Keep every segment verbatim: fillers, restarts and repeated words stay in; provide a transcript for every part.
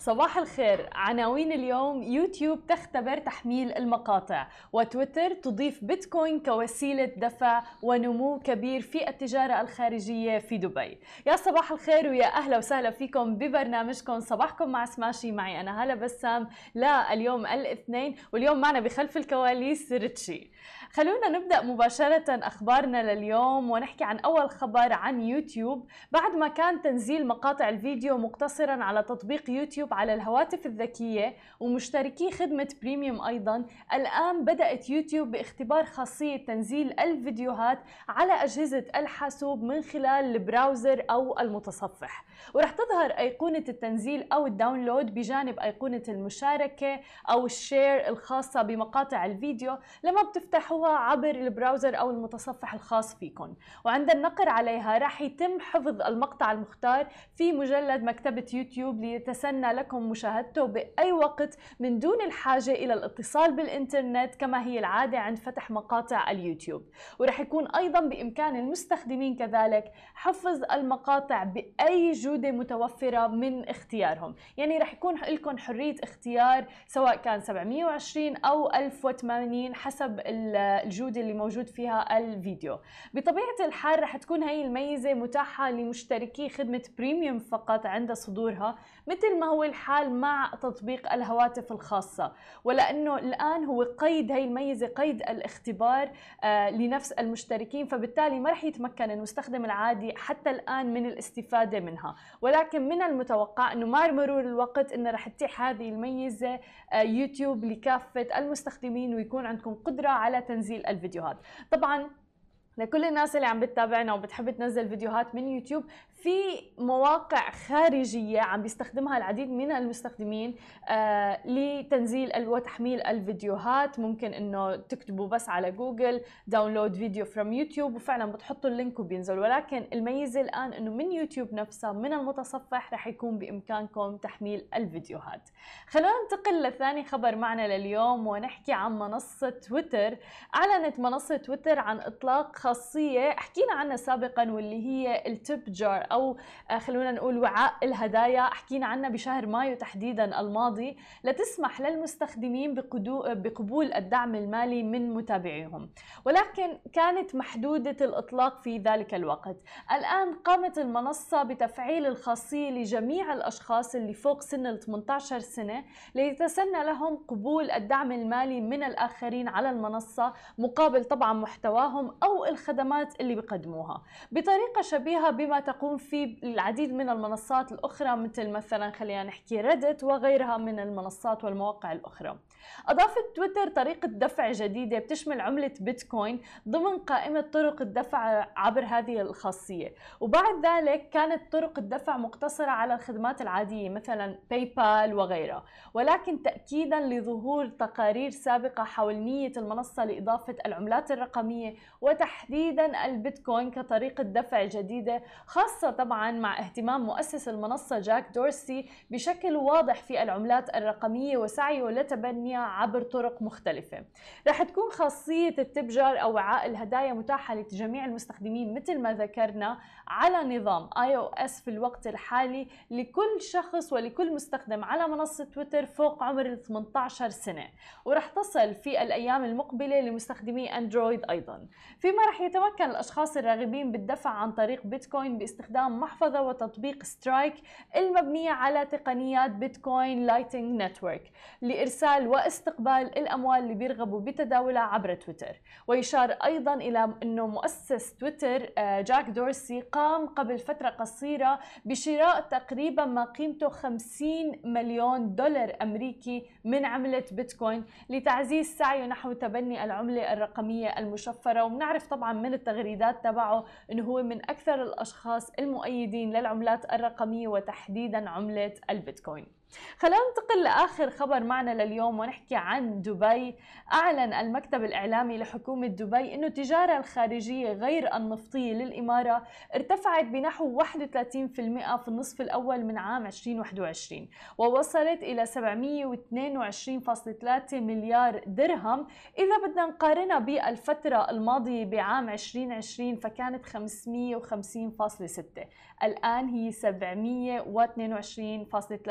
صباح الخير. عناوين اليوم: يوتيوب تختبر تحميل المقاطع، وتويتر تضيف بيتكوين كوسيلة دفع، ونمو كبير في التجارة الخارجية في دبي. يا صباح الخير ويا أهلا وسهلا فيكم ببرنامجكم صباحكم مع سماشي. معي أنا هلا بسام. لا اليوم الاثنين، واليوم معنا بخلف الكواليس ريتشي. خلونا نبدأ مباشرة أخبارنا لليوم ونحكي عن أول خبر عن يوتيوب. بعد ما كان تنزيل مقاطع الفيديو مقتصرا على تطبيق يوتيوب على الهواتف الذكية ومشتركي خدمة بريميوم أيضا، الآن بدأت يوتيوب باختبار خاصية تنزيل الفيديوهات على أجهزة الحاسوب من خلال البراوزر أو المتصفح، ورح تظهر أيقونة التنزيل أو الداونلود بجانب أيقونة المشاركة أو الشير الخاصة بمقاطع الفيديو لما بتفتحوها عبر البراوزر أو المتصفح الخاص فيكم. وعند النقر عليها راح يتم حفظ المقطع المختار في مجلد مكتبة يوتيوب ليتسنى لكم مشاهدته بأي وقت من دون الحاجة إلى الاتصال بالإنترنت كما هي العادة عند فتح مقاطع اليوتيوب. ورح يكون أيضا بإمكان المستخدمين كذلك حفظ المقاطع بأي جودة متوفرة من اختيارهم، يعني رح يكون لكم حرية اختيار سواء كان سبعمية وعشرين أو ألف وثمانين حسب الجودة اللي موجود فيها الفيديو. بطبيعة الحال رح تكون هي الميزة متاحة لمشتركي خدمة بريميوم فقط عند صدورها، مثل ما هو الحال مع تطبيق الهواتف الخاصة. ولأنه الآن هو قيد هي الميزة قيد الاختبار آه لنفس المشتركين، فبالتالي ما رح يتمكن المستخدم العادي حتى الآن من الاستفادة منها. ولكن من المتوقع أنه مع مرور الوقت أنه رح تتيح هذه الميزة آه يوتيوب لكافة المستخدمين ويكون عندكم قدرة على تنزيل الفيديوهات. طبعا لكل الناس اللي عم بتتابعنا وبتحب تنزل فيديوهات من يوتيوب، في مواقع خارجية عم بيستخدمها العديد من المستخدمين آه لتنزيل وتحميل الفيديوهات. ممكن انه تكتبوا بس على جوجل داونلود فيديو فروم يوتيوب وفعلا بتحطوا اللينك وبينزل. ولكن الميزة الآن انه من يوتيوب نفسها من المتصفح رح يكون بإمكانكم تحميل الفيديوهات. خلونا ننتقل لثاني خبر معنا لليوم ونحكي عن منصة تويتر. أعلنت منصة تويتر عن إطلاق خاصية حكينا عنها سابقا، واللي هي التيب جار أو خلونا نقول وعاء الهدايا. حكينا عنها بشهر مايو تحديدا الماضي، لتسمح للمستخدمين بقبول الدعم المالي من متابعيهم، ولكن كانت محدودة الإطلاق في ذلك الوقت. الآن قامت المنصة بتفعيل الخاصية لجميع الأشخاص اللي فوق سن ال ثمانية عشر سنة ليتسنى لهم قبول الدعم المالي من الآخرين على المنصة مقابل طبعا محتواهم أو الخدمات اللي بيقدموها، بطريقة شبيهة بما تقوم فيه العديد من المنصات الأخرى مثل مثلا خلينا نحكي ريدت وغيرها من المنصات والمواقع الأخرى. أضافت تويتر طريقة دفع جديدة بتشمل عملة بيتكوين ضمن قائمة طرق الدفع عبر هذه الخاصية، وبعد ذلك كانت طرق الدفع مقتصرة على الخدمات العادية مثلا باي بال وغيرها. ولكن تأكيدا لظهور تقارير سابقة حول نية المنصة لإضافة العملات الرقمية وتحديدا البيتكوين كطريقة دفع جديدة، خاصة طبعا مع اهتمام مؤسس المنصة جاك دورسي بشكل واضح في العملات الرقمية وسعيه لتبنيها عبر طرق مختلفة. رح تكون خاصية التبجار أو وعاء الهدايا متاحة لجميع المستخدمين مثل ما ذكرنا على نظام آي أو إس في الوقت الحالي لكل شخص ولكل مستخدم على منصة تويتر فوق عمر ال ثمانية عشر سنة، ورح تصل في الأيام المقبلة لمستخدمي أندرويد أيضا. فيما رح يتمكن الأشخاص الراغبين بالدفع عن طريق بيتكوين باستخدام محفظة وتطبيق سترايك المبنية على تقنيات بيتكوين لايتنج نتورك لإرسال واستقبال الأموال اللي بيرغبوا بتداولها عبر تويتر. ويشار أيضا إلى أنه مؤسس تويتر جاك دورسي قام قبل فترة قصيرة بشراء تقريبا ما قيمته خمسين مليون دولار أمريكي من عملة بيتكوين لتعزيز سعيه نحو تبني العملة الرقمية المشفرة. وبنعرف طبعا من التغريدات تبعه انه هو من اكثر الاشخاص المؤيدين للعملات الرقمية وتحديدا عملة البيتكوين. خلينا ننتقل لآخر خبر معنا لليوم ونحكي عن دبي. أعلن المكتب الإعلامي لحكومة دبي أنه التجارة الخارجية غير النفطية للإمارة ارتفعت بنحو واحد وثلاثين بالمئة في النصف الأول من عام ألفين وواحد وعشرين، ووصلت إلى سبعمية واثنين وعشرين فاصلة ثلاثة مليار درهم. إذا بدنا نقارنها بالفترة الماضية بعام ألفين وعشرين فكانت خمسمية وخمسين فاصلة ستة، الآن هي سبعمية واثنين وعشرين فاصلة ثلاثة مليار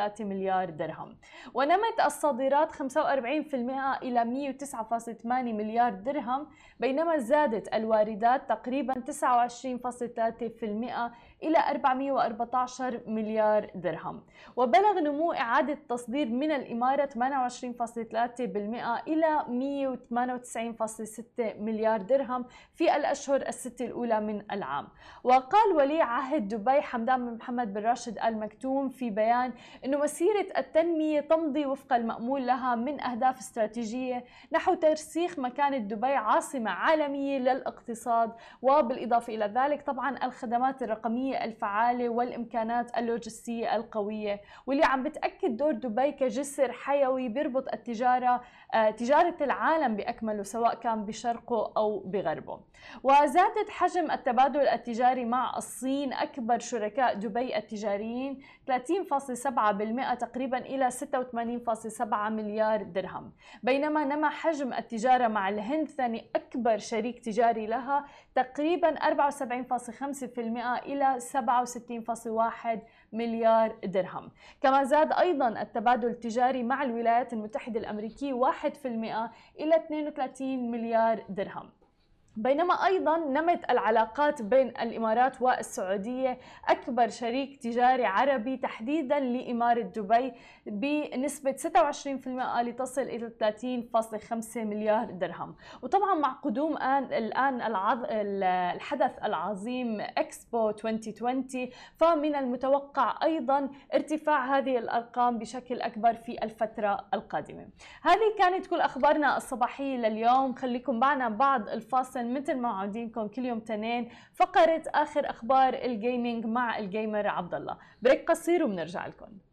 مليار درهم. ونمت الصادرات خمسة وأربعين بالمئة إلى مئة وتسعة فاصلة ثمانية مليار درهم، بينما زادت الواردات تقريبا تسعة وعشرين فاصلة ثلاثة بالمئة إلى أربعمئة وأربعة عشر مليار درهم. وبلغ نمو إعادة التصدير من الإمارة ثمانية وعشرين فاصلة ثلاثة بالمئة إلى مئة وثمانية وتسعين فاصلة ستة مليار درهم في الأشهر الست الأولى من العام. وقال ولي عهد دبي حمدان بن محمد بن راشد آل مكتوم في بيان أنه مسيرة التنمية تمضي وفق المأمول لها من أهداف استراتيجية نحو ترسيخ مكانة دبي عاصمة عالمية للاقتصاد، وبالإضافة إلى ذلك طبعا الخدمات الرقمية الفعالة والإمكانات اللوجستية القوية، واللي عم بتأكد دور دبي كجسر حيوي بيربط التجارة آه تجارة العالم بأكمله سواء كان بشرقه أو بغربه. وزادت حجم التبادل التجاري مع الصين أكبر شركاء دبي التجاريين ثلاثين فاصلة سبعة بالمئة تقريبا إلى ستة وثمانين فاصلة سبعة مليار درهم، بينما نما حجم التجارة مع الهند ثاني أكبر شريك تجاري لها تقريبا أربعة وسبعين فاصلة خمسة بالمئة إلى سبعة وستين فاصلة واحد مليار درهم. كما زاد أيضا التبادل التجاري مع الولايات المتحدة الأمريكية واحد بالمئة إلى اثنين وثلاثين مليار درهم. بينما أيضا نمت العلاقات بين الإمارات والسعودية أكبر شريك تجاري عربي تحديدا لإمارة دبي بنسبة ستة وعشرين بالمئة لتصل إلى ثلاثين فاصلة خمسة مليار درهم. وطبعا مع قدوم الآن العظ... الحدث العظيم إكسبو ألفين وعشرين فمن المتوقع أيضا ارتفاع هذه الأرقام بشكل أكبر في الفترة القادمة. هذه كانت كل أخبارنا الصباحية لليوم، خليكم معنا بعد الفاصل مثل ما عودينكم كل يوم تنين فقرة آخر أخبار الجيمنج مع الجيمر عبد الله. بريك قصير وبنرجع لكم.